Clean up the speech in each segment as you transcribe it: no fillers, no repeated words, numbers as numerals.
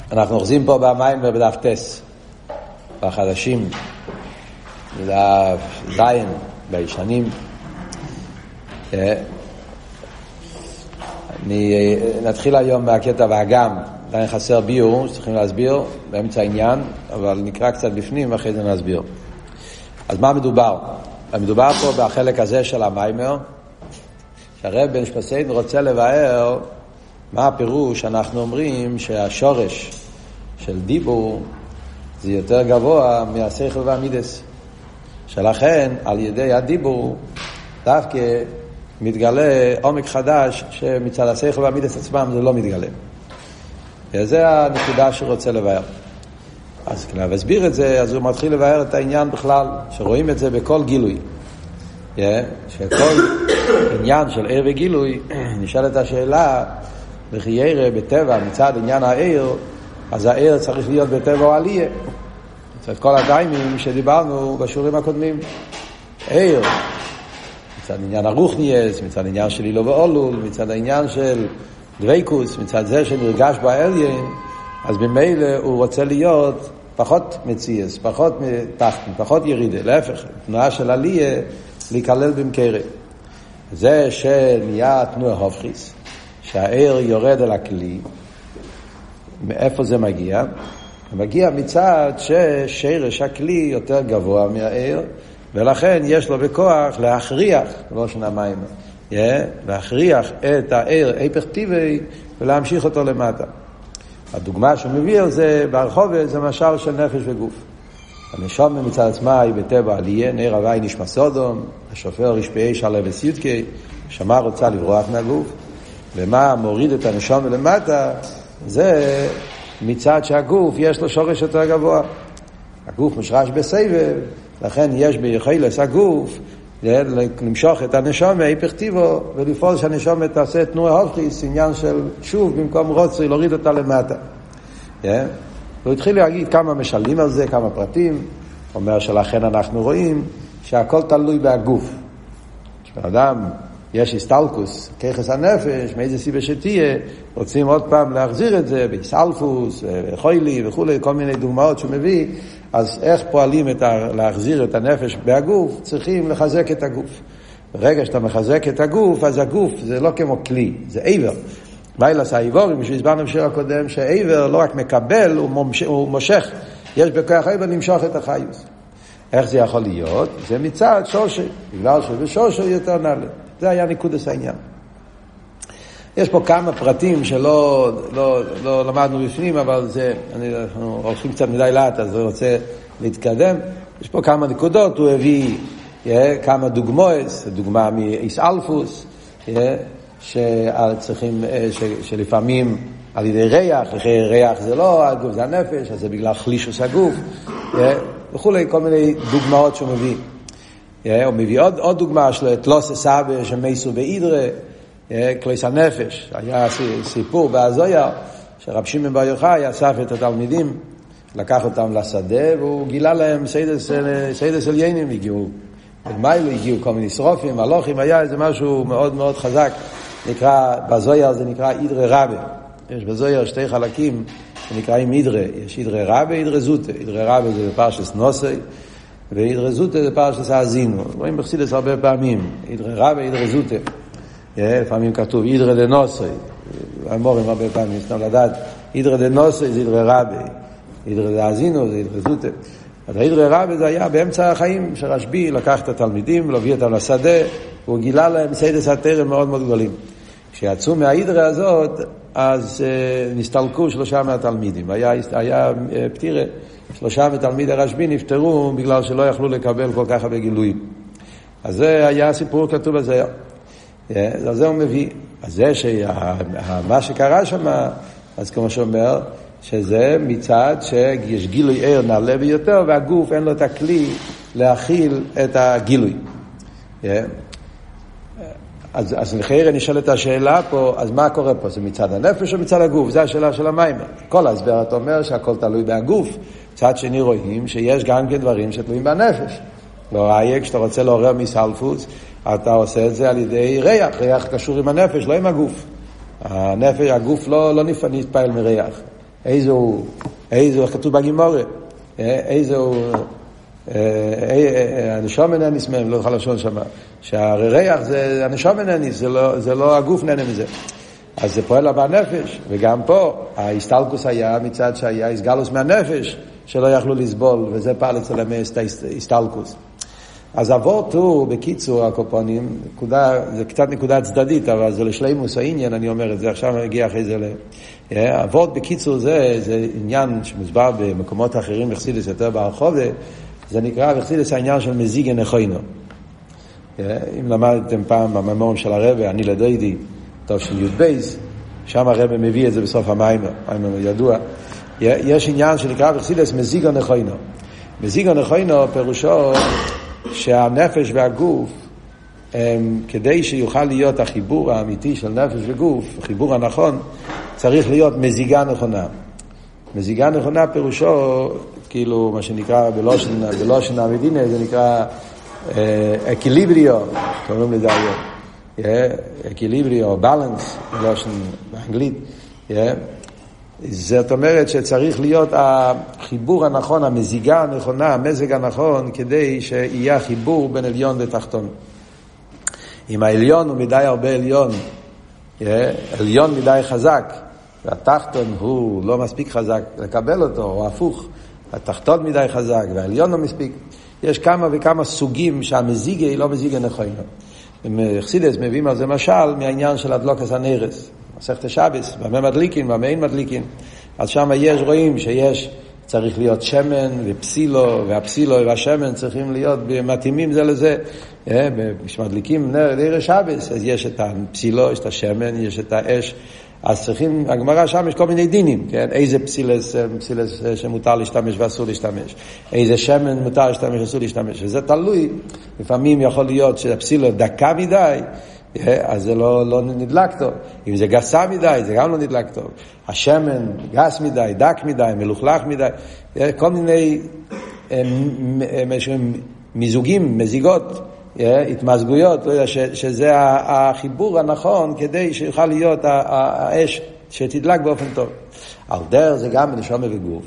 אנחנו אוחזים פה במים ובדף טס בחדשים, בדף זין בישנים. נתחיל היום מהקטע והגם, עדיין חסר ביור שצריכים להסביר באמצע העניין, אבל נקרא קצת בפנים ואחרי זה נסביר. אז מה מדובר? מדובר פה בחלק הזה של המיימר, שהרב בן שפסיין רוצה לבאר מה הפירוש. אנחנו אומרים שהשורש של דיבור זה יותר גבוה מהשכל והמידס, שלכן על ידי הדיבור דווקא מתגלה עומק חדש שמצד השכל והמידס עצמם זה לא מתגלה. וזה הנקודה שרוצה לבאר. אז כדי להסביר את זה, אז הוא מתחיל לבאר את העניין בכלל, שרואים את זה בכל גילוי. שכל עניין של עיר וגילוי, נשאלת השאלה, וכי ירא בטבע מצד עניין העיר, אז העיר צריך להיות בטבע או עלייה. מצד כל הדיימים שדיברנו בשיעורים הקודמים. עיר, מצד עניין הרוחניאס, מצד עניין של אילו ואולול, מצד העניין של דוויקוס, מצד זה שנרגש בעליין, אז במילא הוא רוצה להיות פחות מציאס, פחות מתחתן, פחות ירידה, להפך, תנועה של עלייה להיכלל במקרה. זה שנהיה תנועה הופכיס, שהעיר יורד על הכלי. מאיפה זה מגיע? זה מגיע מצד ששרש הכלי יותר גבוה מהעיר, ולכן יש לו בכוח להכריח, לא שנה מים, להכריח את העיר היפך טבעי ולהמשיך אותו למטה. הדוגמה שהוא מביא על זה ברחוב זה משל של נפש וגוף. הנשום מצד עצמה היא בטבע עלייה, נר הווי נשמע סודום, השופר רשפי שלב וסיודקי, שמה רוצה לברוח מהגוף. ומה מוריד את הנשום למטה? זה מצד שהגוף יש לו שורש יותר גבוה. הגוף משרש בסבב, לכן יש ביכולת הגוף למשוך את הנשום מהיפך טיבו ולפעול שהנשום תעשה תנועה הופכיס, עניין של שוב במקום רוצה להוריד אותה למטה. הוא התחיל להגיד כמה משלים על זה, כמה פרטים. אומר שלכן אנחנו רואים שהכל תלוי בהגוף. כשאדם יש הסתלקוס, כיחס הנפש, מאיזה סיבה שתהיה, רוצים עוד פעם להחזיר את זה, בהסתלפוס, חוילי וכו', כל מיני דוגמאות שהוא מביא. אז איך פועלים להחזיר את הנפש בהגוף? צריכים לחזק את הגוף. ברגע שאתה מחזק את הגוף, אז הגוף זה לא כמו כלי, זה עבר. ואילס האיבורים, שהסברנו בשיר הקודם, שהעבר לא רק מקבל, הוא מושך. יש בכוח העבר למשוך את החיוס. איך זה יכול להיות? זה מצד שורשי, בגלל שבשורשי יותר נעלה. זה היה נקודס העניין. יש פה כמה פרטים שלא למדנו בפנים, אבל אנחנו הולכים קצת מדי לאט, אז אני רוצה להתקדם. יש פה כמה נקודות, הוא הביא כמה דוגמאות, דוגמה מאיסאלפוס, שצריכים, שלפעמים על ידי ריח, ריח זה לא הגוף, זה הנפש, אז זה בגלל חלישוס הגוף, וכולי, כל מיני דוגמאות שהוא מביא. הוא מביא עוד דוגמה שלו, תלוס סבא שמייסו באידרה, כלוס הנפש. היה סיפור באזויה, שרב שמעון בר יוחאי אסף את התלמידים, לקח אותם לשדה, והוא גילה להם סיידס עליינים, הגיעו במיילו, הגיעו כל מיני שרופים, מלוכים, היה איזה משהו מאוד מאוד חזק, נקרא, בזויה זה נקרא אידרה רבה. יש בזויה שתי חלקים שנקראים אידרה, יש אידרה רבה, אידרה זוטה. אידרה רבה זה פרשס נוסי, ואידרה זוטה זה פרשס האזינו. רואים בחסידות הרבה פעמים, אידרה רבה, אידרה זוטה. לפעמים כתוב אידרה דנוסי, אמורים הרבה פעמים, סתם לדעת, אידרה דנוסי זה אידרה רבה, אידרה דאזינו זה אידרה זוטה. אז האידרה רבה זה היה באמצע החיים, שרשב"י לקח את התלמידים, להביא אותם לשדה, והוא גילה להם סיידס התרם מאוד מאוד גדולים. כשיצאו מהאידרה הזאת, אז נסתלקו 3 מהתלמידים. היה פטירה, 3 מתלמידי רשב"י נפטרו בגלל שלא יכלו לקבל כל כך הרבה גילויים. אז זה היה סיפור כתוב בזה. אז זה הוא מביא. אז זה שמה שקרה שם, אז כמו שאומר, שזה מצד שיש גילוי עיר נעלה ביותר, והגוף אין לו את הכלי להכיל את הגילוי. אז לכן נשאל את השאלה פה, אז מה קורה פה? זה מצד הנפש או מצד הגוף? זו השאלה של המים. כל ההסבר אתה אומר שהכל תלוי בהגוף. מצד שני רואים שיש גם כן דברים שתלויים בנפש. לא ראייה, כשאתה רוצה לעורר מסלפוס, אתה עושה את זה על ידי ריח. ריח קשור עם הנפש, לא עם הגוף. הנפש, הגוף לא נתפעל מריח. איזו, כתוב בגימורה, איזו, הנשום נהניס מהם, לא יכול לשון שם, שהריח זה הנשום נהניס, זה לא הגוף נהנה מזה. אז זה פועל בנפש, וגם פה ההסתלקוס היה מצד שהיה הסגלוס מהנפש, שלא יכלו לסבול, וזה פעל אצל ההסתלקוס. אז אבות הוא, בקיצור, הקופונים, זה קצת נקודה צדדית, אבל זה לשלימוס העניין, אני אומר את זה, עכשיו מגיע אחרי זה אבות, בקיצור, זה עניין שמוסבר במקומות אחרים, בחסידות יותר ברחוב, זה נקרא בחסידות העניין של מזיג נכונו. אם למדתם פעם במאמרים של הרב, אני לדוידי, טוב של י' בייס, שם הרב מביא את זה בסוף המיימר ידוע. יש עניין שנקרא בחסידות מזיג נכונו. מזיג נכונו פירושו שהנפש והגוף, כדי שיוכל להיות החיבור האמיתי של נפש וגוף, החיבור הנכון, צריך להיות מזיגה נכונה. מזיגה נכונה פירושו, כאילו מה שנקרא בלושן המדינה, זה נקרא אקליבריו, קוראים לזה היום. אקליבריו, בלנס, בלושן באנגלית. זאת אומרת שצריך להיות החיבור הנכון, המזיגה הנכונה, המזג הנכון, כדי שיהיה חיבור בין עליון ותחתון. אם העליון הוא מדי הרבה עליון מדי חזק, והתחתון הוא לא מספיק חזק לקבל אותו, או הפוך, התחתון מדי חזק והעליון לא מספיק, יש כמה וכמה סוגים שהמזיגה היא לא מזיגה נכונה. חסידות מביאים על זה משל מהעניין של הדלוקת הנרס. מסכת השבס, במה מדליקין, במה אין מדליקין. אז שם רואים צריך להיות שמן ופסילו, והפסילו והשמן צריכים להיות מתאימים זה לזה. כשמדליקים נר השבס, אז יש את הפסילו, יש את השמן, יש את האש. אז צריכים, הגמרא שם יש כל מיני דינים, כן? איזה פסילס שמותר להשתמש ואסור להשתמש. איזה שמן מותר להשתמש ואסור להשתמש. וזה תלוי. לפעמים יכול להיות שהפסילו דקה מדי, אז זה לא נדלק טוב. אם זה גסה מדי, זה גם לא נדלק טוב. השמן גס מדי, דק מדי, מלוכלך מדי. כל מיני מיזוגים, מזיגות, התמזגויות, שזה החיבור הנכון כדי שיוכל להיות האש שתדלק באופן טוב. על דרך זה גם בנשום וגוף.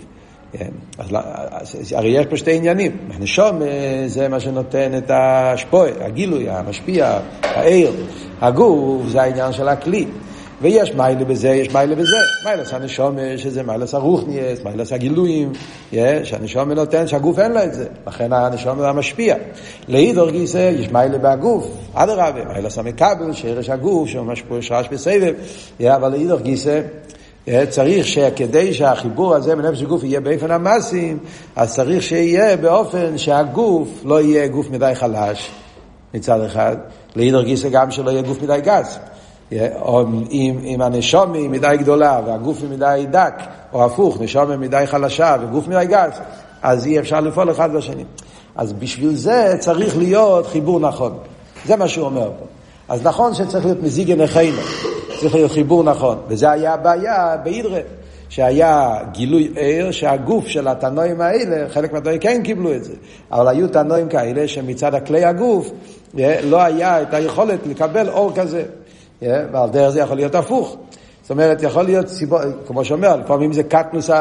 הרי יש פה שתי עניינים. הנשום זה מה שנותן את השפוע, הגילוי, המשפיע, העיר. הגוף זה העניין של הכלי. ויש מיילה בזה, יש מיילה בזה. מיילס הנשום שזה מיילס הרוחניאס, מיילס הגילויים, שהנשום נותן, שהגוף אין לה את זה. לכן הנשום המשפיע. להידור גיסא, יש מיילה בהגוף. עד הרבה, מיילס המקבל, שרש הגוף, שממש פה יש רש בסבב. אבל להידור גיסא, צריך שכדי שהחיבור הזה בנפש הגוף יהיה באופן המעשים, אז צריך שיהיה באופן שהגוף לא יהיה גוף מדי חלש מצד אחד, להידור גיסא גם שלא יהיה גוף מדי גס. או אם הנשום היא מדי גדולה והגוף היא מדי דק, או הפוך, נשום היא מדי חלשה וגוף מדי גס, אז אי אפשר לפעול אחד בשני. אז בשביל זה צריך להיות חיבור נכון. זה מה שהוא אומר פה. אז נכון שצריך להיות מזיג נכונו, צריך להיות חיבור נכון. וזה היה הבעיה בהידרה, שהיה גילוי עיר, שהגוף של התנועים האלה, חלק מהתנועים כן קיבלו את זה, אבל היו תנועים כאלה שמצד הכלי הגוף לא היה את היכולת לקבל אור כזה. ועל דרך זה יכול להיות הפוך. זאת אומרת, יכול להיות סיבות, כמו שאומר, לפעמים זה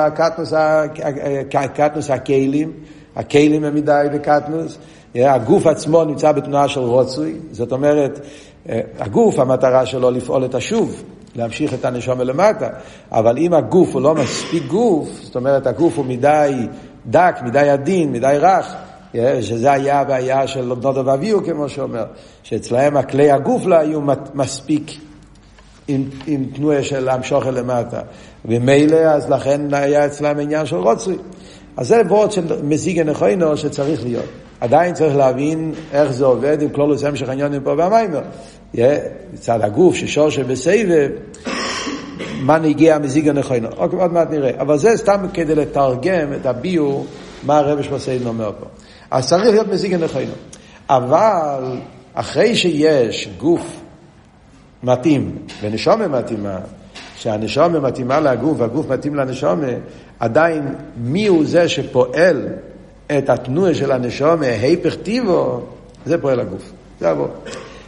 קטנוס הכלים, הכלים הם מדי בקטנוס, הגוף עצמו נמצא בתנועה של רוצוי, זאת אומרת, הגוף, המטרה שלו לפעול את השוב, להמשיך את הנשום למטה, אבל אם הגוף הוא לא מספיק גוף, זאת אומרת, הגוף הוא מדי דק, מדי עדין, מדי רך, שזה היה הבעיה של בנות ואביהו, כמו שאומר, שאצלהם הכלי הגוף לא היו מספיק עם תנועה של להמשוך למטה, ומילא אז לכן היה אצלהם עניין של רוצוי. אז זה וורד של מזיג נכונו שצריך להיות. עדיין צריך להבין איך זה עובד עם כלולוס המשך העניינים פה במיימר. מצד הגוף ששור שבסבב, מה נגיע המזיג הנכונו. אוקיי, עוד מעט נראה. אבל זה סתם כדי לתרגם את הביור, מה הרב שמסעידן אומר פה. אז צריך להיות מזיג הנכונו. אבל אחרי שיש גוף מתאים, ונשומה מתאימה, שהנשומה מתאימה לגוף, והגוף מתאים לנשומה, עדיין מי הוא זה שפועל את התנועה של הנשומה, היפך טיבו, זה פועל הגוף. זה עבור.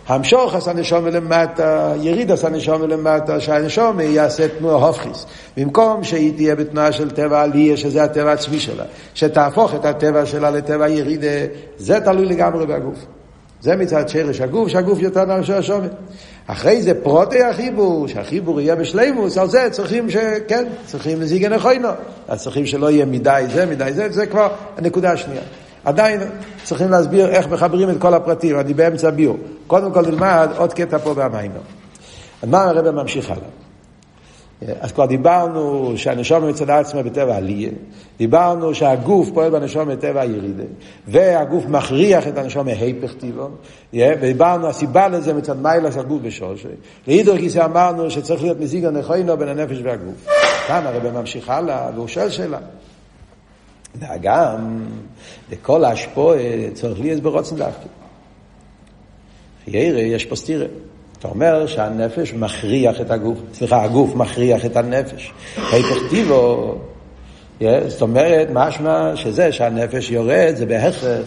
המשוך עשה נשום למטה, יריד עשה נשום למטה, שהנשום יעשה תנועה הופכיס. במקום שהיא תהיה בתנועה של טבע עלייה, שזה הטבע עצמי שלה, שתהפוך את הטבע שלה לטבע יריד, זה תלוי לגמרי בגוף. זה מצד שרש הגוף, שהגוף יותר נמשך השומר. אחרי זה פרוטי החיבור, שהחיבור יהיה בשלימוס, על זה צריכים שכן, צריכים לזיג נכוינו. אז צריכים שלא יהיה מדי זה, זה כבר הנקודה השנייה. עדיין צריכים להסביר איך מחברים את כל הפרטים, אני באמצע ביור. קודם כל נלמד עוד קטע פה במיימר. אז מה הרב ממשיך הלאה? אז כבר דיברנו שהנשום מצד עצמה בטבע עלייה, דיברנו שהגוף פועל בנשום בטבע ירידה, והגוף מכריח את הנשום מהיפך טבעו, ודיברנו הסיבה לזה מצד מיילה של הגוף בשורש. להידור גיסא אמרנו שצריך להיות מזיג הנכוינו בין הנפש והגוף. כאן הרב ממשיך הלאה והוא שואל שאלה. וגם לכל השפוע צריך להיות ברוצן דווקא. יש פה סתירה. אתה אומר שהנפש מכריח את הגוף, הגוף מכריח את הנפש. היפך טבעו, זאת אומרת, משמע שזה שהנפש יורד, זה בהכרח.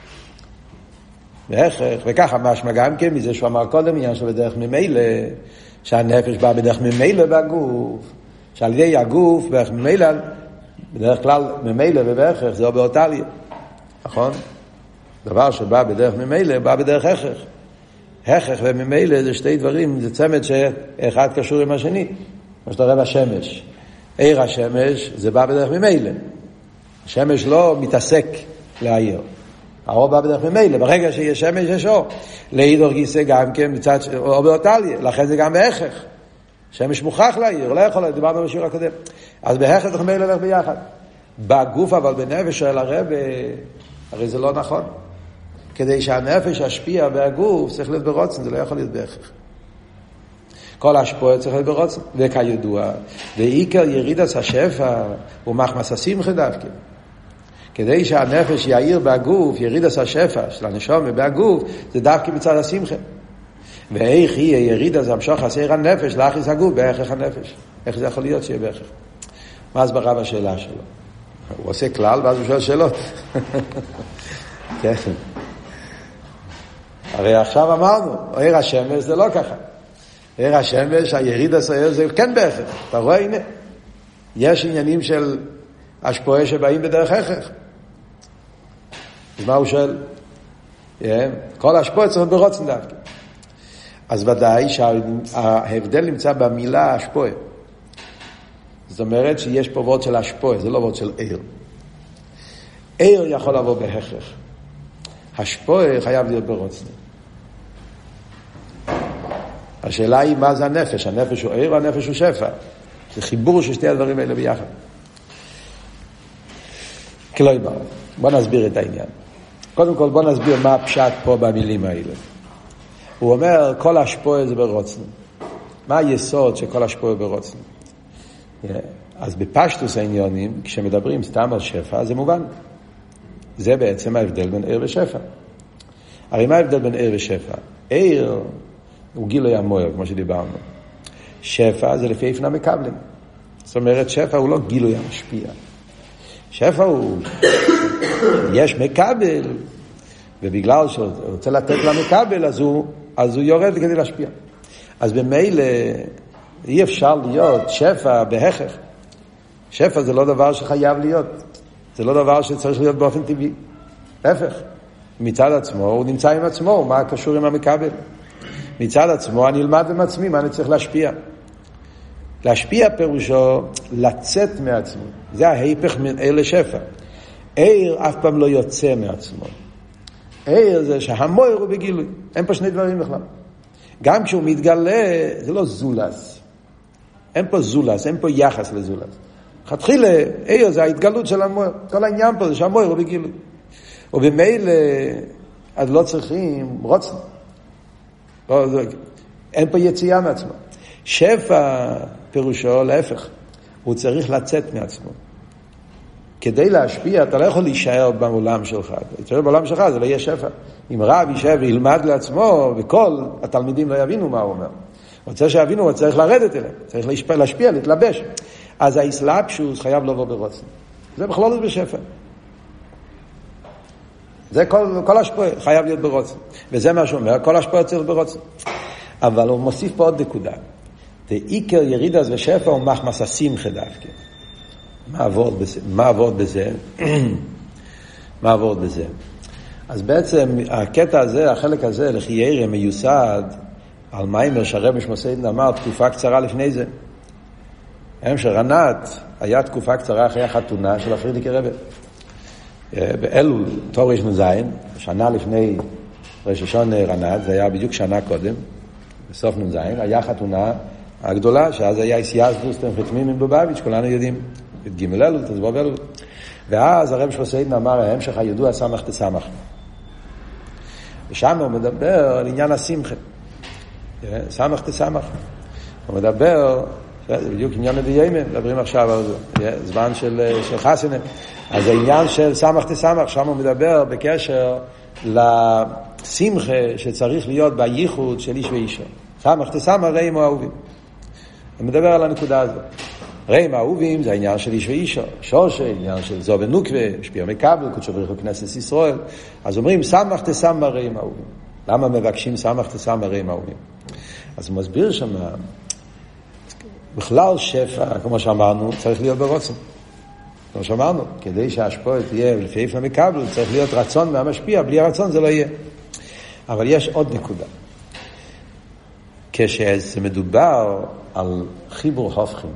וככה משמע גם כן, מזה שהוא אמר קודם, עניין שלו בדרך ממילא, שהנפש בא בדרך ממילא בגוף, שעל ידי הגוף, בדרך ממילא, בדרך כלל ממילא ובהכרח, זה לא באותליה. נכון? דבר שבא בדרך ממילא, בא בדרך הכרח. הכרח וממילא זה שתי דברים, זה צמד שאחד קשור עם השני. מה שאתה רואה בשמש. עיר השמש זה בא בדרך ממילא. השמש לא מתעסק להעיר. האור בא בדרך ממילא. ברגע שיש שמש יש אור. להידור גיסא גם כן מצד אור באותליה. לכן זה גם בהכרח. שמש מוכרח להעיר. לא יכול, דיברנו בשיעור הקודם. אז בהכרח וממילא הולך ביחד. בגוף אבל בנפש של הרב, הרי זה לא נכון. כדי שהנפש ישפיע והגוף צריך להיות ברוצן, זה לא יכול להיות בהכרח. כל השפוע צריך להיות ברוצן, וכידוע, ועיקר ירידת השפע הוא מחמס השמחה דווקא. כדי שהנפש יאיר בהגוף, ירידת השפע של הנשום בהגוף, זה דווקא מצד השמחה. ואיך יהיה ירידת המשוך עשר הנפש להכניס הגוף בהכרח הנפש. איך זה יכול להיות שיהיה בהכרח? מה הסברה בשאלה שלו? הוא עושה כלל ואז הוא שואל שאלות. כן. הרי עכשיו אמרנו, עיר השמש זה לא ככה. עיר השמש, היריד הסעיר זה כן בהכרח. אתה רואה, הנה, יש עניינים של השפועה שבאים בדרך הכרח. אז מה הוא שואל? כל השפועה צריך ברוצן דווקא. אז ודאי שההבדל נמצא במילה השפועה. זאת אומרת שיש פה וורט של השפועה, זה לא וורט של עיר. עיר יכול לבוא בהכרח. השפועה חייב להיות ברוצן. השאלה היא מה זה הנפש. הנפש הוא עיר והנפש הוא שפע. זה חיבור של שתי הדברים האלה ביחד. כלומר, בוא נסביר את העניין. קודם כל בוא נסביר מה הפשט פה במילים האלה. הוא אומר כל השפועה זה ברוצן. מה היסוד שכל השפועה ברוצן? אז בפשטוס העניונים, כשמדברים סתם על שפע, זה מובן. זה בעצם ההבדל בין עיר ושפע. הרי מה ההבדל בין עיר ושפע? עיר הוא גילוי המויר, כמו שדיברנו. שפע זה לפי איפנה מקבלים. זאת אומרת, שפע הוא לא גילוי המשפיע. שפע הוא, יש מקבל, ובגלל שהוא רוצה לתת למקבל, אז הוא יורד כדי להשפיע. אז במילא, אי אפשר להיות שפע בהכרח. שפע זה לא דבר שחייב להיות. זה לא דבר שצריך להיות באופן טבעי. להפך. מצד עצמו, הוא נמצא עם עצמו, מה קשור עם המקבל? מצד עצמו, אני אלמד עם עצמי, מה אני צריך להשפיע? להשפיע פירושו לצאת מעצמו. זה ההיפך מן עיר לשפע. עיר אף פעם לא יוצא מעצמו. עיר זה שהמויר הוא בגילוי. אין פה שני דברים בכלל. גם כשהוא מתגלה, זה לא זולס. אין פה זולס, אין פה יחס לזולס. חתחילה, עיר זה ההתגלות של המויר. כל העניין פה זה שהמויר הוא בגילוי. ובמילא, אז לא צריכים רוצן. אין פה יציאה מעצמו. שפע פירושו להפך. הוא צריך לצאת מעצמו. כדי להשפיע, אתה לא יכול להישאר בעולם שלך. להישאר בעולם שלך, זה לא יהיה שפע. אם רב יישב וילמד לעצמו, וכל התלמידים לא יבינו מה הוא אומר. הוא רוצה שיבינו, הוא צריך לרדת אליהם. צריך להשפיע, להתלבש. אז האסלאפשוס חייב לבוא ברוצן. זה בכלל לא בשפע. זה כל השפוע חייב להיות ברוצן. וזה מה שאומר, כל השפוע צריך ברוצן. אבל הוא מוסיף פה עוד נקודה. עיקר ירידס ושפע הוא מחמס השמחה דווקא. מה עבוד בזה? מה עבוד בזה? אז בעצם הקטע הזה, החלק הזה, לחיירה מיוסד על מיימר שהרב משמעסיידן אמר תקופה קצרה לפני זה. היום שרנת היה תקופה קצרה אחרי החתונה של הפרידיקי רבי. באלול, תורש נזיין, שנה לפני ראש השונה רנת, זה היה בדיוק שנה קודם, בסוף נזיין, היה חתונה הגדולה, שאז היה איסייסדוס תנחתמים עם בובביץ', כולנו יודעים, את ג' אלול, תזבוב אלול. ואז הרב משמעסיידן אמר, ההמשך הידוע סמך תסמך. ושם הוא מדבר על עניין השמחה. סמך תסמך. הוא מדבר, זה בדיוק עניין הדיימה, מדברים עכשיו על זמן של חסנה. אז העניין של סמך תסמך, שם הוא מדבר בקשר לשמחה שצריך להיות בייחוד של איש ואישה. סמך תסמך רעים אהובים. הוא מדבר על הנקודה הזאת. רעים אהובים זה העניין של איש ואישה. שורשה, עניין של זו ונוקווה, שפיע מקבל, קודשו בריך לכנסת ישראל. אז אומרים סמך תסמך רעים אהובים. למה מבקשים סמך תסמך רעים אהובים? אז הוא מסביר שמה, בכלל שפע, כמו שאמרנו, צריך להיות ברוצן. כמו שאמרנו, כדי שההשפעה תהיה לפי איפה מקבל, צריך להיות רצון מהמשפיע, בלי הרצון זה לא יהיה. אבל יש עוד נקודה. כשזה מדובר על חיבור הופכים,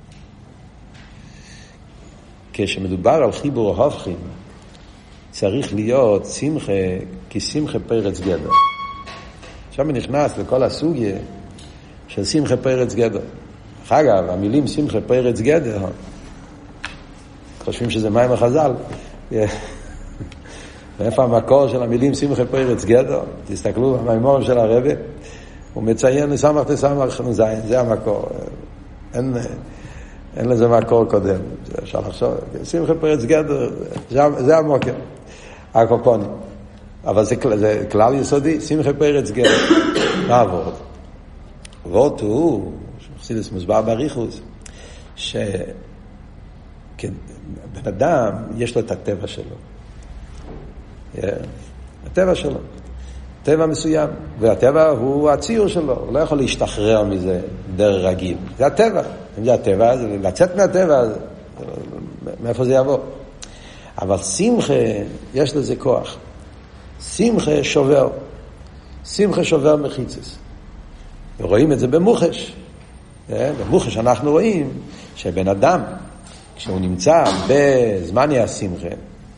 כשמדובר על חיבור הופכים, צריך להיות שמחה כשמחה פרץ גדר. עכשיו נכנס לכל הסוגיה של שמחה פרץ גדר. אגב, המילים שמחה פרץ גדר, חושבים שזה מים החז"ל. ואיפה המקור של המילים שמחה פרץ גדר? תסתכלו במימורים של הרבי, הוא מציין לסמך תסמך נזיין, זה המקור. אין לזה מקור קודם. אפשר לחשוב, שמחה פרץ גדר, זה המוקר. הקופונים. אבל זה כלל יסודי, שמחה פרץ גדר. מה עבוד? עבוד הוא, חסידות מוסבר בריחוס, שבן אדם יש לו את הטבע שלו. הטבע שלו. טבע מסוים. והטבע הוא הציור שלו. הוא לא יכול להשתחרר מזה דרך רגיל. זה הטבע. אם זה הטבע, זה לצאת מהטבע, מאיפה זה יבוא? אבל שמחה, יש לזה כוח. שמחה שובר. שמחה שובר מחיצס. ורואים את זה במוחש. במוחש אנחנו רואים שבן אדם, כשהוא נמצא בזמני השמחה,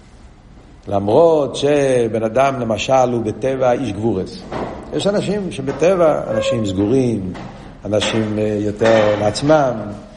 למרות שבן אדם למשל הוא בטבע איש גבורס. יש אנשים שבטבע, אנשים סגורים, אנשים יותר לעצמם,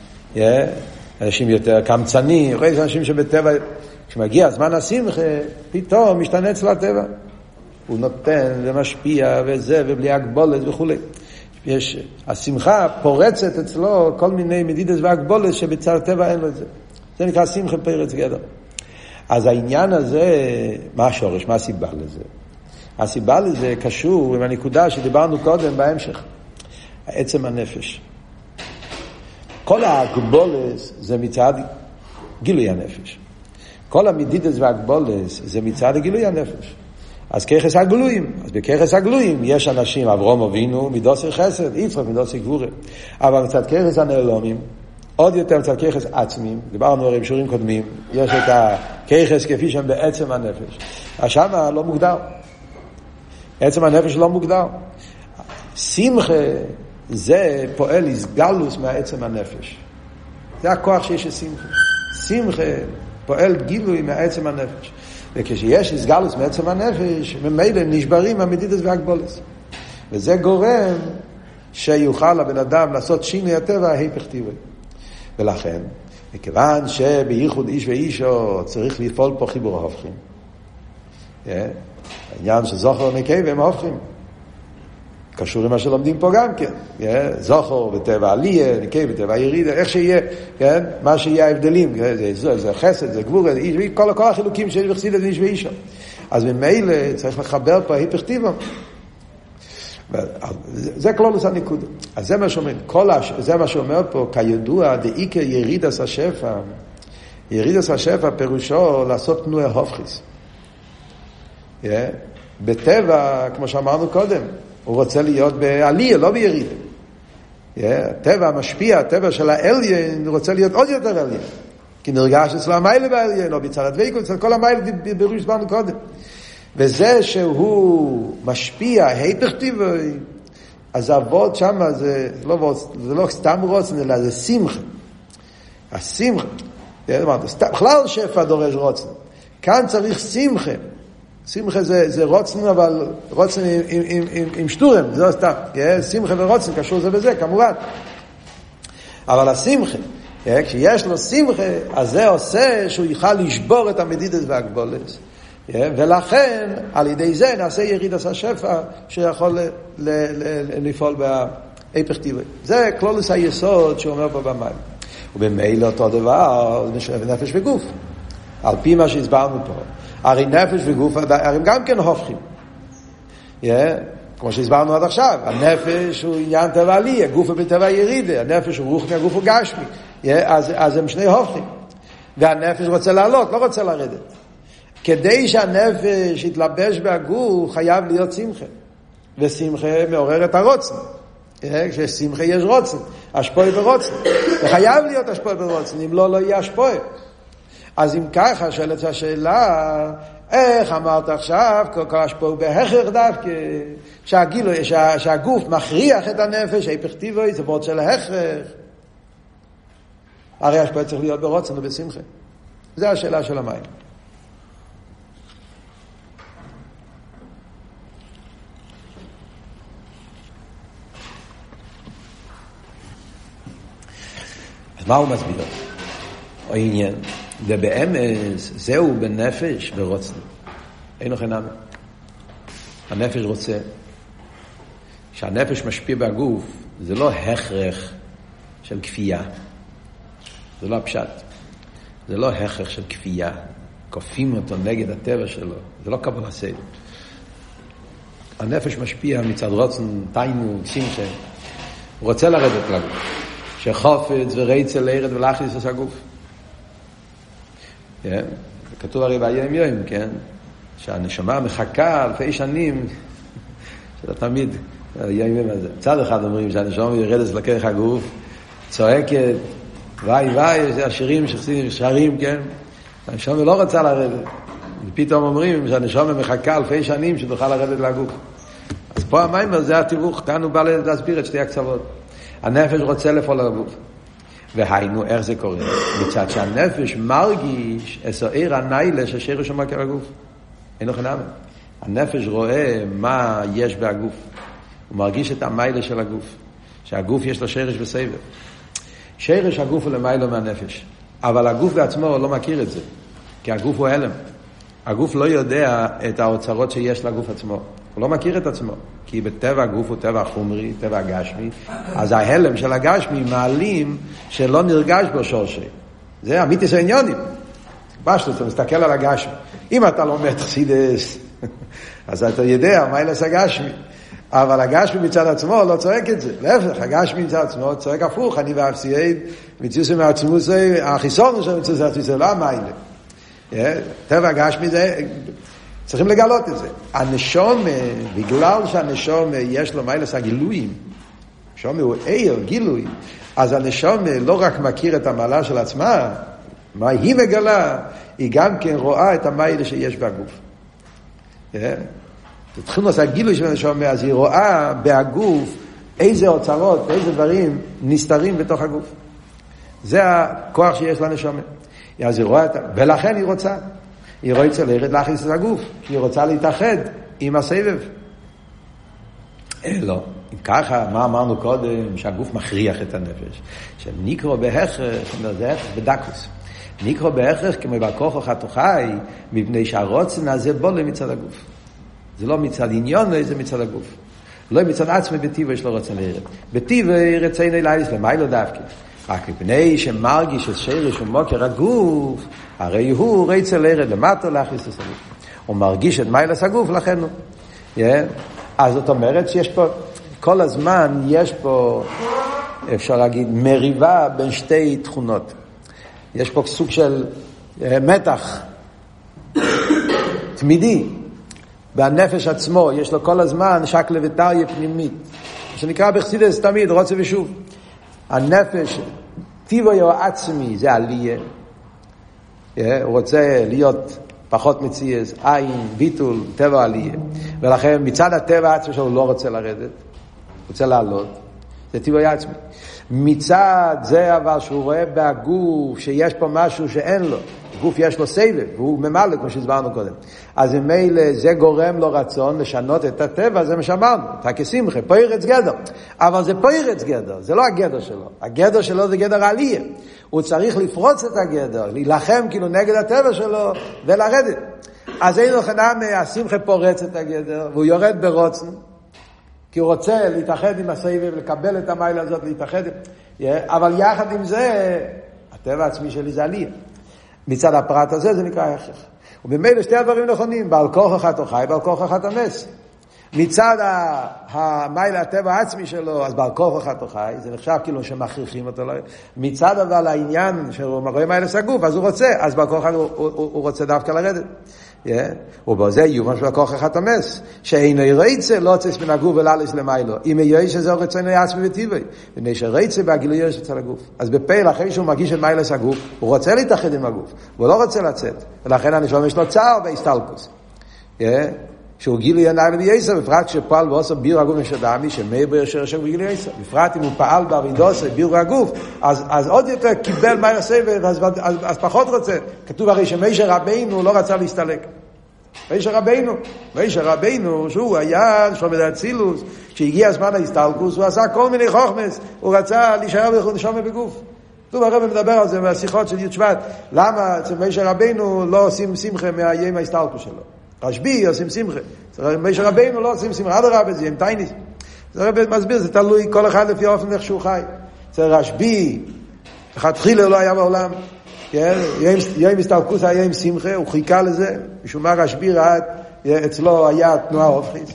אנשים יותר קמצני, יש אנשים שבטבע, כשמגיע זמן השמחה, פתאום משתנה אצלו הטבע. הוא נותן ומשפיע וזה ובלי הגבולת וכו'. יש, השמחה פורצת אצלו כל מיני מדידס והגבולת שבצד הטבע אין לו את זה. זה נקרא שמחה פרץ גדר. אז העניין הזה, מה השורש, מה הסיבה לזה? הסיבה לזה קשור עם הנקודה שדיברנו קודם בהמשך. עצם הנפש. כל הגבולת זה מצד גילוי הנפש. כל המדידס והגבולת זה מצד גילוי הנפש. אז כיחס הגלויים, אז בכיחס הגלויים יש אנשים, אברהם אבינו מידוסי חסד, יצחק מידוסי גבורה, אבל מצד כיחס הנעלומים, עוד יותר מצד כיחס עצמים, דיברנו הרי בשיעורים קודמים, יש את הכיחס כפי שהם בעצם הנפש, השמה לא מוגדר, עצם הנפש לא מוגדר, שמחה זה פועל הסגלוס מהעצם הנפש, זה הכוח שיש לשמחה, שמחה פועל גילוי מהעצם הנפש, וכשיש הסגלוס מעצם הנפש, ממילא נשברים המדידס והגבולס. וזה גורם שיוכל הבן אדם לעשות שינוי הטבע ההיפך טבעי. ולכן, מכיוון שבייחוד איש ואישו צריך לפעול פה חיבור ההופכים. העניין שזוכר ונקבה הם ההופכים. קשור עם מה שלומדים פה גם כן. זוכר בטבע עלייה, נקבה בטבע ירידה, איך שיהיה, מה שיהיה ההבדלים, זה חסד, זה גבור, כל החילוקים שיש בחסידות איש ואישה. אז ממילא צריך לחבר פה היפך טבע. זה כלולוס הנקודה. אז זה מה שאומרים, זה מה שאומר פה, כידוע, דעיקר ירידס השפע. ירידס השפע פירושו לעשות תנועה הופכיס. בטבע, כמו שאמרנו קודם, הוא רוצה להיות בעלייה, לא בירידה. הטבע המשפיע, הטבע של האליין, הוא רוצה להיות עוד יותר אליין. כי נרגש אצלו המיילה באליין, לא בצד הדבקות, אצל כל המיילה בבירור שסברנו קודם. וזה שהוא משפיע, היפך טבעי, אז העבוד שם זה לא סתם רוצן, אלא זה שמחה. השמחה, בכלל שפע דורש רוצן. כאן צריך שמחה. שמחה זה רוצן, אבל רוצן עם שטורם, זה לא סתם. שמחה ורוצן קשור זה בזה, כמובן. אבל השמחה, כשיש לו שמחה, אז זה עושה שהוא יוכל לשבור את המדידות והגבולת. ולכן, על ידי זה נעשה יריד עשה שפע שיכול לפעול בהיפך טבעי. זה כלולוס היסוד שהוא אומר פה במים. ובמילא אותו דבר, נפש וגוף. על פי מה שהסברנו פה. הרי נפש וגוף, הרי גם כן הופכים. כמו שהסברנו עד עכשיו, הנפש הוא עניין טבע עלי, הגוף הוא בטבע ירידה, הנפש הוא רוחני, הגוף הוא גשמי. אז הם שני הופכים. והנפש רוצה לעלות, לא רוצה לרדת. כדי שהנפש יתלבש בהגוף, חייב להיות שמחה. ושמחה מעורר את הרוצן. כששמחה יש רוצן, השפועה ברוצן. וחייב להיות השפועה ברוצן, אם לא יהיה השפועה. אז אם ככה, שאלת השאלה, איך אמרת עכשיו, כל השפועה בהכרח דווקא, שהגוף מכריח את הנפש, היפך טבעי, זה בעוד של ההכרח. הרי השפועה צריך להיות ברוצן ובשמחה. זו השאלה של המים. אז מה הוא מסביר? או עניין, ובאמס זהו בנפש ורוצן. אין לו חינם. הנפש רוצה. כשהנפש משפיע בגוף, זה לא הכרח של כפייה. זה לא הפשט. זה לא הכרח של כפייה. כופים אותו נגד הטבע שלו. זה לא קבל הסייל. הנפש משפיע מצד רוצן, תיינו, שמחה. הוא רוצה לרדת לגוף. שחופץ ורצה לירד ולהכניס את הגוף. כתוב הרי ביום יום, כן? שהנשמה מחכה אלפי שנים, שזה תמיד, יום הזה. צד אחד אומרים שהנשמה ירדת לקח הגוף, צועקת, וואי, זה השירים שרים, כן? הנשמה לא רוצה לרדת. ופתאום אומרים שהנשמה מחכה אלפי שנים שתוכל לרדת לגוף. אז פה המים זה התיווך, כאן הוא בא להסביר את שתי הקצוות. הנפש רוצה לפעול על הגוף. והיינו, איך זה קורה? מצד שהנפש מרגיש אסעיר הניילה ששרש ומכר הגוף. אין לו חינם. הנפש רואה מה יש בהגוף. הוא מרגיש את המיילה של הגוף. שהגוף יש לו שרש וסבב. שרש הגוף הוא למיילה מהנפש. אבל הגוף בעצמו לא מכיר את זה. כי הגוף הוא הלם. הגוף לא יודע את האוצרות שיש לגוף עצמו. הוא לא מכיר את עצמו. כי בטבע הגוף הוא טבע חומרי, טבע גשמי. אז ההלם של הגשמי מעלים שלא נרגש בו שורשי. זה אמיתיס העניונים. פשוט, אתה מסתכל על הגשמי. אם אתה לומד חסידס, אז אתה יודע מה ילס הגשמי. אבל הגשמי מצד עצמו לא צועק את זה. להפך, הגשמי מצד עצמו צועק הפוך. אני ואפסייד, מציוסי מעצמוסי, החיסון של מציוסי מעצמוסי, לא המיילה. טבע הגשמי זה... צריכים לגלות את זה. הנשום, בגלל שהנשום יש לו מיילס הגילויים, הנשום הוא עיר, גילוי, אז הנשום לא רק מכיר את המעלה של עצמה, מה היא מגלה, היא גם כן רואה את המיילה שיש בגוף. תתחיל לעשות הגילוי של הנשום, אז היא רואה בהגוף איזה אוצרות, איזה דברים נסתרים בתוך הגוף. זה הכוח שיש לנשום. אז היא רואה, ולכן היא רוצה. היא רוצה לרד להכניס את הגוף, כי היא רוצה להתאחד עם הסבב. לא. אם ככה, מה אמרנו קודם? שהגוף מכריח את הנפש. שניקרו בהכרח, זה הכרח בדקוס. ניקרו בהכרח כמו בכוח החתוכי, מפני שהרוצן הזה בוא למצד הגוף. זה לא מצד עניון, זה מצד הגוף. לא מצד עצמי בטיבו יש לו רוצן לרד. בטיבו רצינו להיס למיילו דווקא. רק מפני שמרגיש את שרש ומוקר הגוף, הרי הוא רצה לרד למטה להכניס את הגוף. הוא מרגיש את מיילס הגוף, לכן הוא. אז זאת אומרת שיש פה, כל הזמן יש פה, אפשר להגיד, מריבה בין שתי תכונות. יש פה סוג של מתח תמידי והנפש עצמו יש לו כל הזמן שקלה וטריה פנימית, שנקרא בחסידות תמיד רוצה ושוב. הנפש טיבו יו עצמי זה עלייה, הוא רוצה להיות פחות מציאס, עין, ביטול, טבע עלייה, ולכן מצד הטבע העצמי שלו הוא לא רוצה לרדת, רוצה לעלות, זה טיבו יו עצמי. מצד זה אבל שהוא רואה בגוף שיש פה משהו שאין לו, גוף יש לו סבב והוא ממלא כמו שהסברנו קודם, אז ממילא זה גורם לו רצון לשנות את הטבע, זה מה שאמרנו, תקסימך, פוירץ גדר, אבל זה פוירץ גדר, זה לא הגדר שלו, הגדר שלו זה גדר עלייה, הוא צריך לפרוץ את הגדר, להילחם כאילו נגד הטבע שלו ולרדת. אז אין לו חנם, השמחה פורץ את הגדר והוא יורד ברוצן, כי הוא רוצה להתאחד עם הסבב, לקבל את המיילה הזאת, להתאחד, אבל יחד עם זה, הטבע העצמי שלי זה עלייה. מצד הפרט הזה זה נקרא הכרח. ובמילא שתי הדברים נכונים, בעל כוח אחד הוא חי, בעל כוח אחד המס. מצד המיילה, הטבע העצמי שלו, אז בעל כוח אחד הוא חי, זה נחשב כאילו שמכריחים אותו. מצד אבל העניין שהוא רואה מיילה סגוף, אז הוא רוצה, אז בעל כוח אחד הוא רוצה דווקא לרדת. ובזה יובן של הכוח אחד המס, שאינו רצה לא צס מן הגוף ולעלש למיילו, אם יהיה שזה רצונו עצמי וטבעי, מפני שרצה בהגילוי יש אצל הגוף. אז בפעיל אחרי שהוא מרגיש את מיילס הגוף, הוא רוצה להתאחד עם הגוף, הוא לא רוצה לצאת, ולכן הנשמה יש לו צער בהסתלקוס, שהוא גילוי עיניים בייסר, בפרט שפועל ועושה ביור הגוף משדמי, שמאיר ביושר השם בגילוי ייסר, בפרט אם הוא פעל בעבודתו ביור הגוף, אז עוד יותר קיבל מהר הסבב, אז פחות רוצה. כתוב הרי שמשה רבינו לא רצה להסתלק. משה רבינו, שהוא היה שומד האצילוס, כשהגיע הזמן ההסתלקוס, הוא עשה כל מיני חוכמס, הוא רצה להישאר ונשום בגוף. טוב, הרב מדבר על זה מהשיחות של י' שבט, למה משה רבינו לא עושים שמחה מהיום ההסתלקוס שלו? רשב"י עושים שמחה. משה רבינו לא עושים שמחה, עד הרב זה עם טייניס. זה הרב מסביר, זה תלוי כל אחד לפי אופן איך שהוא חי. זה רשב"י, אחד תחילה לא היה בעולם, יום הסתלקוס היה עם שמחה, הוא חיכה לזה, משום מה רשב"י ראה, אצלו היה תנועה הופכית.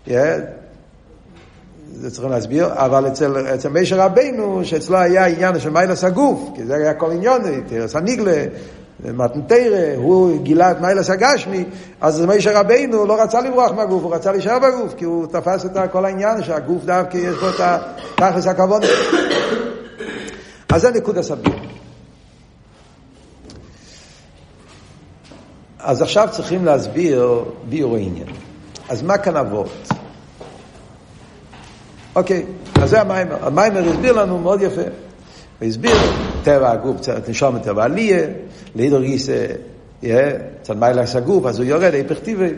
זה צריכים להסביר, אבל אצל משה רבינו, שאצלו היה עניין של מיילס הגוף, כי זה היה כל עניין, תרס הניגלה, מתנתרה, הוא גילה את מיילס הגשמי, אז משה רבינו לא רצה לברוח מהגוף, הוא רצה להישאר בגוף, כי הוא תפס את כל העניין שהגוף דווקא יש בו את התכלס הכבוד. אז זה נקודה סביר. אז עכשיו צריכים להסביר ביור העניין. אז מה כאן אבות? אוקיי, אז זה המיימר. המיימר הסביר לנו מאוד יפה. הוא הסביר טבע הגוף, נשום טבע עלייה, לידור גיסא, צד מיילס הגוף, אז הוא יורד, היפך טבעי.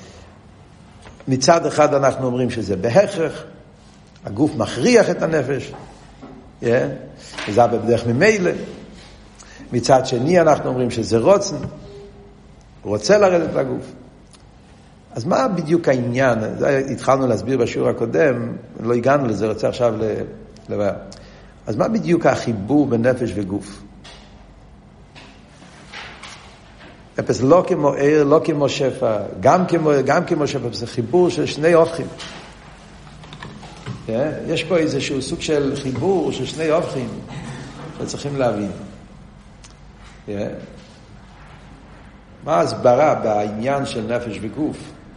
מצד אחד אנחנו אומרים שזה בהכרח, הגוף מכריח את הנפש, וזה בדרך ממילא. מצד שני אנחנו אומרים שזה רוצן, הוא רוצה לרדת לגוף. אז מה בדיוק העניין? התחלנו להסביר בשיעור הקודם, לא הגענו לזה, רוצה עכשיו לבעיה. אז מה בדיוק החיבור בין נפש וגוף? אפס לא כמו עיר, לא כמו שפע, גם כמו שפע, זה חיבור של שני הופכים. יש פה איזשהו סוג של חיבור של שני הופכים, שצריכים להבין. מה ההסברה בעניין של נפש וגוף?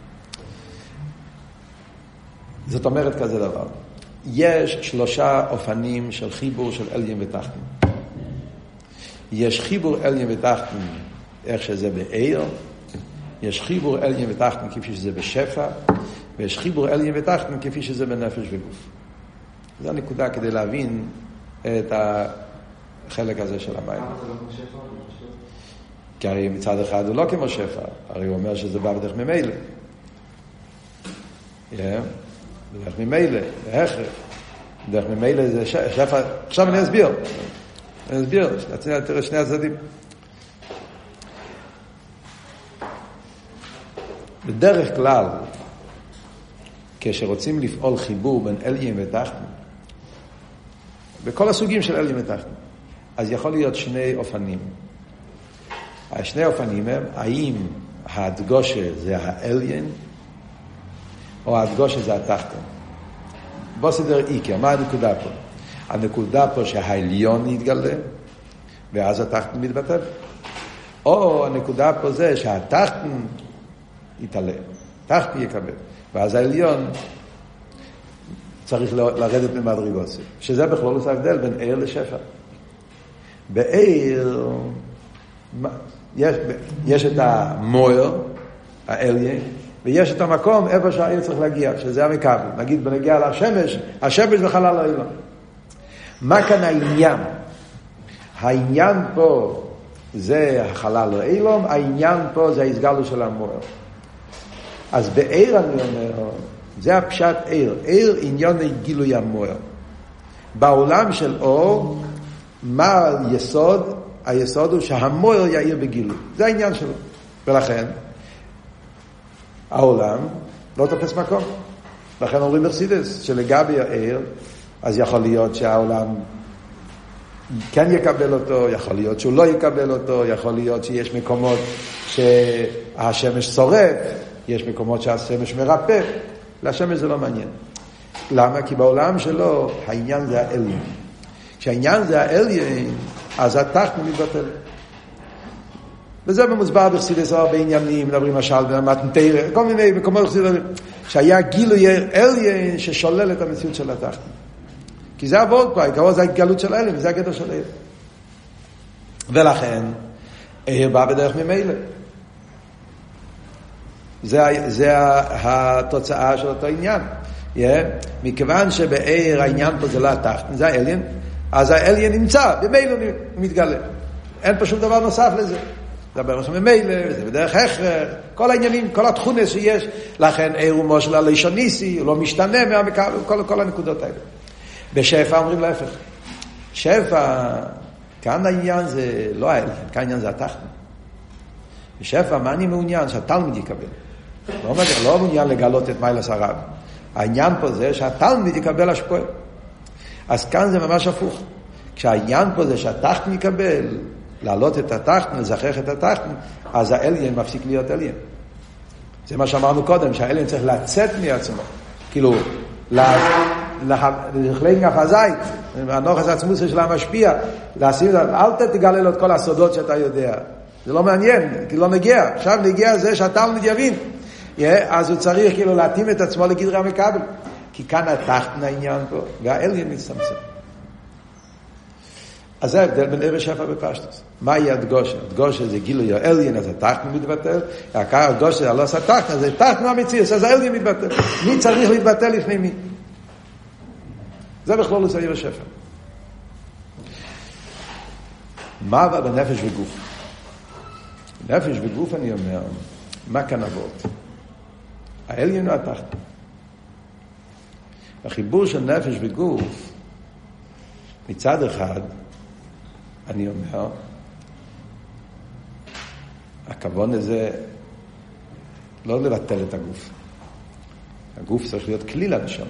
זאת אומרת כזה דבר. יש 3 אופנים של חיבור של עליין ותחתון. יש חיבור עליין ותחתון איך שזה בעיר, יש חיבור עליין ותחתון כפי שזה בשפע, ויש חיבור עליין ותחתון כפי שזה בנפש וגוף. זו הנקודה כדי להבין את החלק הזה של המים. כי הרי מצד אחד הוא לא כמו שפע, הרי הוא אומר שזה בא בדרך ממילא. בדרך ממילא, להכרח. בדרך ממילא זה שפע. עכשיו אני אסביר, תראה שני הצדדים. בדרך כלל, כשרוצים לפעול חיבור בין עליין ותחתון, בכל הסוגים של עליין ותחתון, אז יכול להיות 2 אופנים. השני אופנים הם, האם ההדגושה זה העליין, או ההדגושה זה התחתון. בוא סדר איקר, מה הנקודה פה? הנקודה פה שהעליון יתגלה, ואז התחתון מתבטל. או הנקודה פה זה שהתחתון יתעלה. תחתי יקבל. ואז העליון צריך לרדת ממדרגות. שזה בכלול עושה הבדל בין עיר לשפע. בעיר יש את המויר, העליין, ויש את המקום איפה שהעיר צריך להגיע, שזה המקבל. נגיד בנגיע לשמש, השמש בחלל העליון. מה כאן העניין? העניין פה זה החלל העליון, העניין פה זה ההסגלות של המויר. אז בעיר אני אומר, זה הפשט עיר. עיר עניין גילוי המויר. בעולם של אור, מה היסוד? היסוד הוא שהמויר יאיר בגילוי. זה העניין שלו. ולכן, העולם לא תופס מקום. לכן אומרים בחסידות, שלגבי העיר, אז יכול להיות שהעולם כן יקבל אותו, יכול להיות שהוא לא יקבל אותו, יכול להיות שיש מקומות שהשמש שורף, יש מקומות שהשמש מרפא. לשמש זה לא מעניין. למה? כי בעולם שלו העניין זה העליין. כשהעניין זה העליין, אז התחתון מתבטל. וזה במוסבר בחסידות הרבה עניינים, מדברים משל במתנתר, כל מיני מקומות בחסידות, שהיה גילוי עליין ששולל את המציאות של התחתון. כי זה עבוד פה, העיקרון זה ההתגלות של העליין, וזה הגדר של העליין. ולכן, העיר בא בדרך ממילא. זה התוצאה של אותו עניין. מכיוון שבעיר העניין פה זה לא התחתון, זה העליין, אז העליין נמצא, במילא הוא מתגלה. אין פה שום דבר נוסף לזה. זה בדרך ממילא, זה בדרך הכרח, כל העניינים, כל התכונות שיש. לכן עיר הוא מושל הלשון ניסי, הוא לא משתנה כל הנקודות האלה. בשפע אומרים להפך. שפע, כאן העניין זה לא העליין, כאן העניין זה התחתון. בשפע, מה אני מעוניין? שהתלמיד יקבל. לא מעוניין לגלות את מיילס הרב. העניין פה זה שהתלמיד יקבל השפוע. אז כאן זה ממש הפוך. כשהעניין פה זה שהתחתון יקבל, להעלות את התחתון, לזכח את התחתון, אז העליין מפסיק להיות עליין. זה מה שאמרנו קודם, שהעליין צריך לצאת מעצמו. כאילו, לחלק החזית, הנוחס עצמוס של המשפיע, אל תגלה לו את כל הסודות שאתה יודע. זה לא מעניין, כי לא נגיע. עכשיו נגיע זה שהתלמיד יבין. אז הוא צריך כאילו להתאים את עצמו לגדרי המקבל. כי כאן התחתון העניין פה, והעליין מצטמצם. אז זה ההבדל בין עיר ושפע בפשטוס. מהי הדגושה? הדגושה זה גילוי העליין, אז התחתון מתבטל. הדגושה זה לא עשה תחתון, אז התחתון המציאות, אז העליין מתבטל. מי צריך להתבטל לפני מי? זה בכלול עיר ושפע. מה בנפש וגוף? נפש וגוף אני אומר, מה כאן עבוד? העליין הוא התחתון. החיבור של נפש וגוף, מצד אחד, אני אומר, הכוון הזה לא לבטל את הגוף. הגוף צריך להיות כלי לנשמה.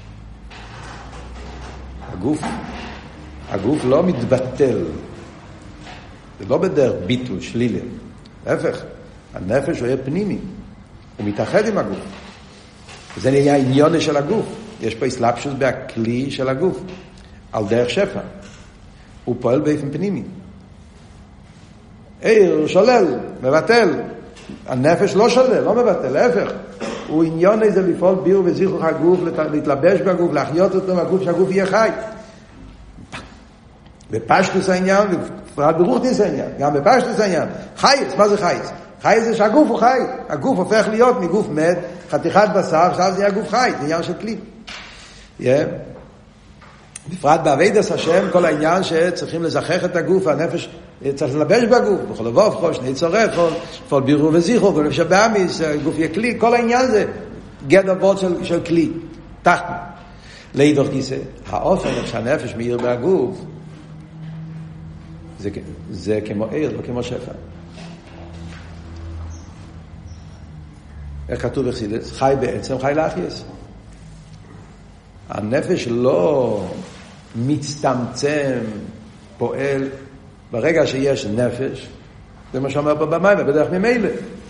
הגוף לא מתבטל. זה לא בדרך ביטול, שלילה. להפך, הנפש הוא פנימי. הוא מתאחד עם הגוף. זה נהיה עניון של הגוף. יש פה הסלבשוס בכלי של הגוף. על דרך שפע. הוא פועל באופן פנימי. עיר שולל, מבטל. הנפש לא שולל, לא מבטל, להפך. הוא עניון איזה לפעול ביר וזיכוך הגוף, להתלבש בגוף, להחיות אותו בגוף, שהגוף יהיה חי. בפשטוס העניין, בפרט ברוחניס העניין, גם בפשטוס העניין. חייס, מה זה חייס? חייס זה שהגוף הוא חי. הגוף הופך להיות מגוף מת, חתיכת בשר, עכשיו זה יהיה גוף חי, זה עניין של כלי. בפרט בעבודת השם, כל העניין שצריכים לזכח את הגוף, הנפש צריך ללבש בגוף, בכל לבוב, כל שני צורך, כל בירור וזיכור, כל נפש הבאמיס, גוף יהיה כלי, כל העניין זה גדר בוט של כלי, תחתון. להידוך גיסא, האופן שהנפש מאיר בגוף, זה כמו עיר, לא כמו שפע. איך כתוב בחסידות? חי בעצם, חי לאחייס. הנפש לא מצטמצם, פועל. ברגע שיש נפש, זה מה שאומר פה במים, בדרך ממילא.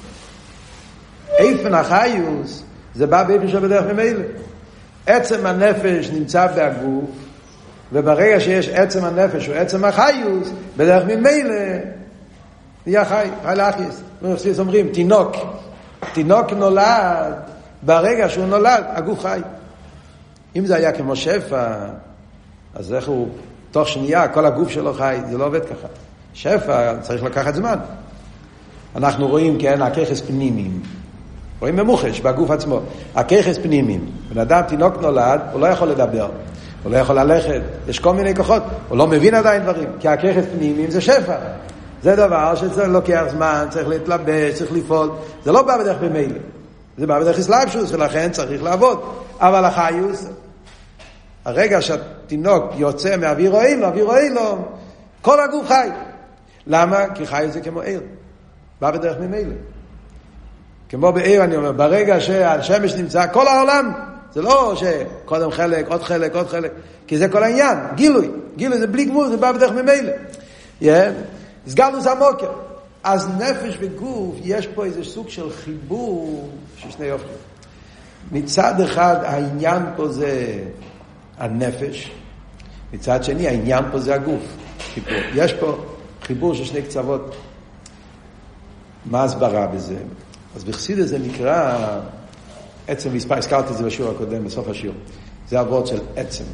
איפן החיוס, זה בא באיפן שבדרך ממילא. עצם הנפש נמצא בהגוף, וברגע שיש עצם הנפש או עצם החיוס, בדרך ממילא, נהיה חי, חי לאחייס. אומרים, תינוק. תינוק נולד, ברגע שהוא נולד, הגוף חי. אם זה היה כמו שפע, אז איך הוא, תוך שנייה, כל הגוף שלו חי, זה לא עובד ככה. שפע צריך לקחת זמן. אנחנו רואים, כן, הכיחס פנימיים. רואים ממוחש בגוף עצמו. הכיחס פנימיים. בן אדם, תינוק נולד, הוא לא יכול לדבר. הוא לא יכול ללכת. יש כל מיני כוחות. הוא לא מבין עדיין דברים. כי הכיחס פנימיים זה שפע. זה דבר שצריך לוקח זמן, צריך להתלבש, צריך לפעול. זה לא בא בדרך במילא. זה בא בדרך אסלאפשוס, ולכן צריך לעבוד. אבל החיוס, הרגע שהתינוק יוצא מאוויר רואה לו, כל הגוף חי. למה? כי חיוס זה כמו עיר. בא בדרך ממילא. כמו בעיר, אני אומר, ברגע שהשמש נמצא, כל העולם, זה לא שקודם חלק, עוד חלק, עוד חלק, כי זה כל העניין, גילוי זה בלי גמול, זה בא בדרך ממילא. הסגרנו זה עמוקר. אז נפש וגוף, יש פה איזה סוג של חיבור של שני אופנים. מצד אחד, העניין פה זה הנפש, מצד שני, העניין פה זה הגוף. יש פה חיבור של שני קצוות. מה הסברה בזה? אז בחסידות זה נקרא עצם מספר, הזכרתי את זה בשיעור הקודם, בסוף השיעור. זה עבוד של עצם.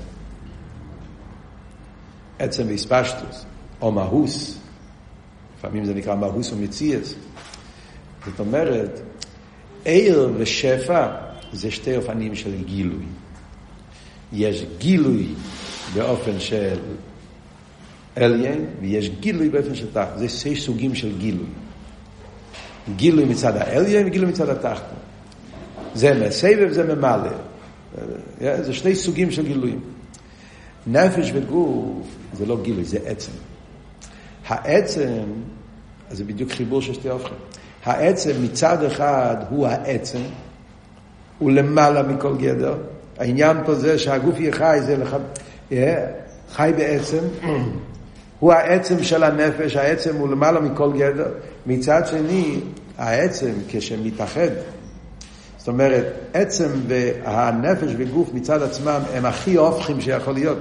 עצם והספשטוס, או מהוס. לפעמים זה נקרא מהוס ומציאס. זאת אומרת, עיר ושפע זה שתי אופנים של גילוי. יש גילוי באופן של עליין, ויש גילוי באופן של תחת. זה שתי סוגים של גילוי. גילוי מצד העליין וגילוי מצד התחתון. זה מסבב וזה ממלא. זה שני סוגים של גילויים. נפש וגוף זה לא גילוי, זה עצם. העצם, אז זה בדיוק חיבור של שתי הופכים. העצם מצד אחד הוא העצם, הוא למעלה מכל גדר. העניין פה זה שהגוף יהיה חי, זה חי בעצם. הוא העצם של הנפש, העצם הוא למעלה מכל גדר. מצד שני, העצם כשמתאחד, זאת אומרת, עצם והנפש וגוף מצד עצמם הם הכי הופכים שיכול להיות.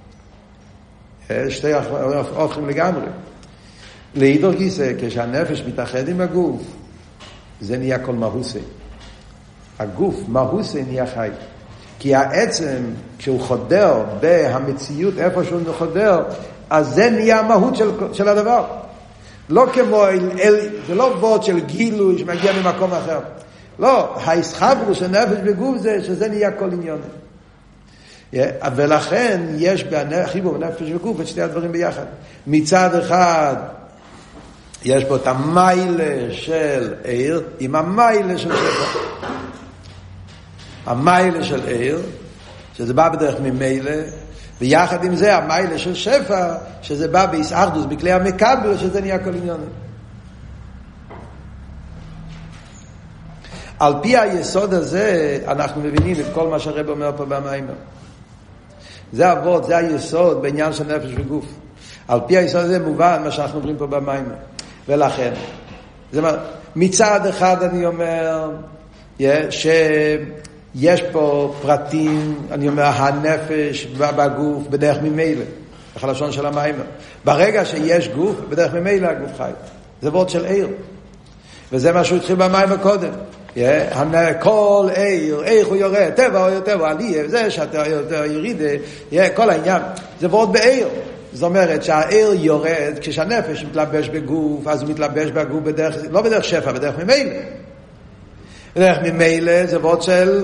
שתי הופכים לגמרי. להידור גיסא, כשהנפש מתאחד עם הגוף, זה נהיה כל מהוסי. הגוף, מהוסי, נהיה חי. כי העצם, כשהוא חודר בהמציאות, איפה שהוא חודר, אז זה נהיה המהות של הדבר. לא כמו, זה לא ווד של גילוי שמגיע ממקום אחר. לא, ההסחברו של נפש בגוף זה שזה נהיה כל עניון. ולכן יש חיבור בנפש וגוף את שתי הדברים ביחד. מצד אחד, יש פה את המיילה של עיר עם המיילה של שפע. המיילה של עיר, שזה בא בדרך ממיילה, ויחד עם זה המיילה של שפע, שזה בא בהסערדוס, בכלי המקבל, שזה נהיה כל עניון. על פי היסוד הזה, אנחנו מבינים את כל מה שהרב אומר פה במיימר. זה אבות, זה היסוד בעניין של נפש וגוף. על פי היסוד הזה מובן מה שאנחנו אומרים פה במיימר. ולכן, מצד אחד אני אומר, שיש פה פרטים, אני אומר, הנפש בגוף בדרך ממילא, בחלשון של המיימר. ברגע שיש גוף, בדרך ממילא הגוף חי. זה וורט של עיר. וזה מה שהוא התחיל במיימר קודם. כל עיר, איך הוא יורד, טבע או טבע, עלייה, זה שאתה יותר ירידה, כל העניין, זה וורט בעיר. זאת אומרת שהעיר יורד, כשהנפש מתלבש בגוף, אז הוא מתלבש בגוף בדרך, לא בדרך שפע, בדרך ממילא. בדרך ממילא זה וורט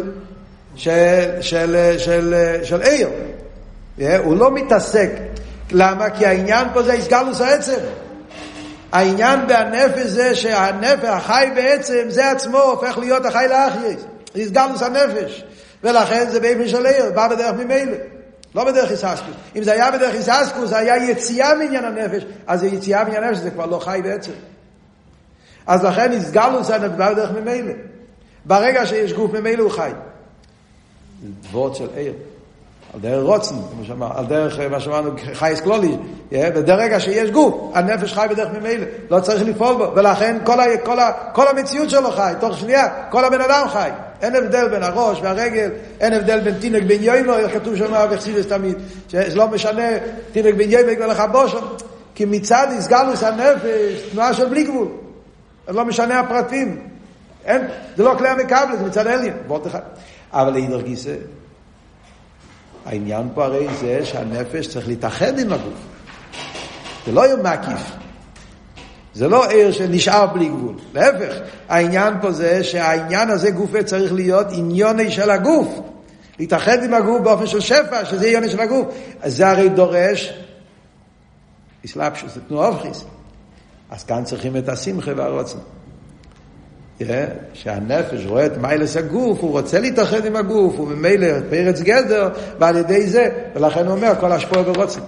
של עיר. הוא לא מתעסק. למה? כי העניין פה זה הסגלוס העצם. העניין בנפש זה שהנפש החי בעצם זה עצמו הופך להיות החי לאחייס. זה הסגלוס הנפש. ולכן זה באופן של עיר, בא בדרך ממילא. לא בדרך איססקוס. אם זה היה בדרך איססקוס, זה היה יציאה מעניין הנפש. אז יציאה מעניין הנפש זה כבר לא חי בעצם. אז לכן הסגלוס הנפש בא בדרך ממילא. ברגע שיש גוף ממילא הוא חי. דברות של עיר. על דרך רוצן, על דרך מה שאמרנו חייס כלולי, ברגע שיש גוף, הנפש חי בדרך ממילא, לא צריך לפעול בו, ולכן כל המציאות שלו חי, תוך שנייה, כל הבן אדם חי. אין הבדל בין הראש והרגל, אין הבדל בין תינוק בן יוימו, כתוב שם בחסידות תמיד, שלא משנה תינוק בן יוימו ולך בושם, כי מצד הסגלוס הנפש, תנועה של בלי גבול, לא משנה הפרטים, אין, זה לא כלי המקבל, זה מצד עליין, וורט אחד. אבל להידור גיסא, העניין פה הרי זה שהנפש צריך להתאחד עם הגוף. זה לא יום מקיף. זה לא עיר שנשאר בלי גבול. להפך, העניין פה זה שהעניין הזה גופה צריך להיות עניוני של הגוף. להתאחד עם הגוף באופן של שפע, שזה עניוני של הגוף. אז זה הרי דורש אסלאפשוס, זה תנועה אופכיס. אז כאן צריכים את השמחה והרוצן. שהנפש רואה את מיילס הגוף, הוא רוצה להתאחד עם הגוף, הוא ממילא פרץ גדר, ועל ידי זה, ולכן הוא אומר, כל השפוע ברוצן.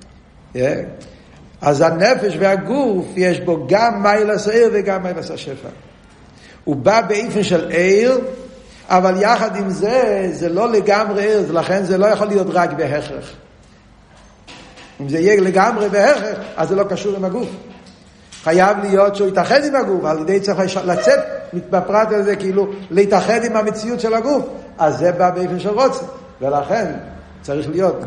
אז הנפש והגוף, יש בו גם מיילס העיר וגם מיילס השפע. הוא בא באיפן של עיר, אבל יחד עם זה, זה לא לגמרי עיר, לכן זה לא יכול להיות רק בהכרח. אם זה יהיה לגמרי בהכרח, אז זה לא קשור עם הגוף. חייב להיות שהוא יתאחד עם הגוף, על ידי צריך לצאת בפרט הזה, כאילו להתאחד עם המציאות של הגוף. אז זה בא באיפן של רוצה, ולכן צריך להיות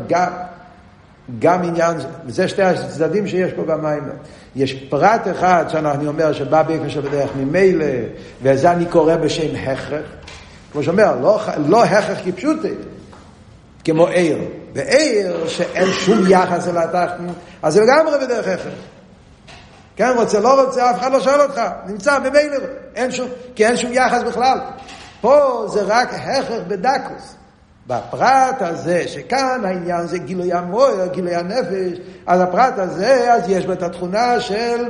גם עניין, וזה שתי הצדדים שיש פה במים. יש פרט אחד שאני אומר שבא באיפן של בדרך ממילא, וזה אני קורא בשם הכרח. כמו שאומר, לא הכרח כפשוטי, כמו עיר. ועיר שאין שום יחס אל התחתן, אז זה לגמרי בדרך הכרח. כן, רוצה, לא רוצה, אף אחד לא שואל אותך. נמצא ממילא, כי אין שום יחס בכלל. פה זה רק הכרח בדקוס. בפרט הזה, שכאן העניין זה גילוי המויר, גילוי הנפש, אז הפרט הזה, אז יש בה את התכונה של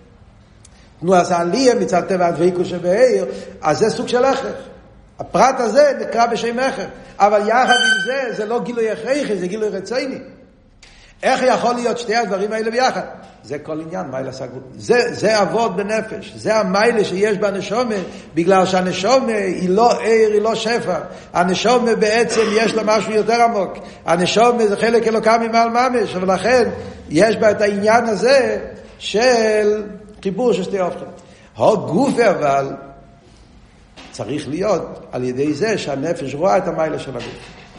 תנועת העלייה מצד טבע הדבקות שבעיר, אז זה סוג של הכרח. הפרט הזה נקרא בשם הכרח, אבל יחד עם זה, זה לא גילוי הכרחי, זה גילוי רצוני. איך יכול להיות שתי הדברים האלה ביחד? זה כל עניין, מיילה סגור. זה עבוד בנפש. זה המיילה שיש בנשומה, בגלל שהנשומה היא לא עיר, היא לא שפע. הנשומה בעצם יש לה משהו יותר עמוק. הנשומה זה חלק אלוקה ממעל ממש, ולכן יש בה את העניין הזה של חיבור של שתי הופכים. הגוף אבל צריך להיות על ידי זה שהנפש רואה את המיילה של הגוף.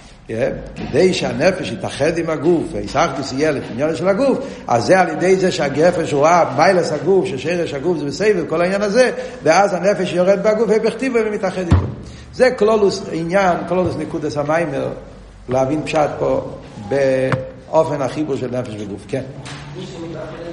כדי שהנפש יתאחד עם הגוף וישחדוס יהיה לפניון של הגוף, אז זה על ידי זה שהגפש רואה מיילס הגוף, ששרש הגוף זה בסבב, כל העניין הזה, ואז הנפש יורד בגוף ובכתיבו ומתאחד איתו. זה כלולוס עניין, כלולוס נקודס המיימר, להבין פשט פה באופן החיבור של נפש וגוף. כן.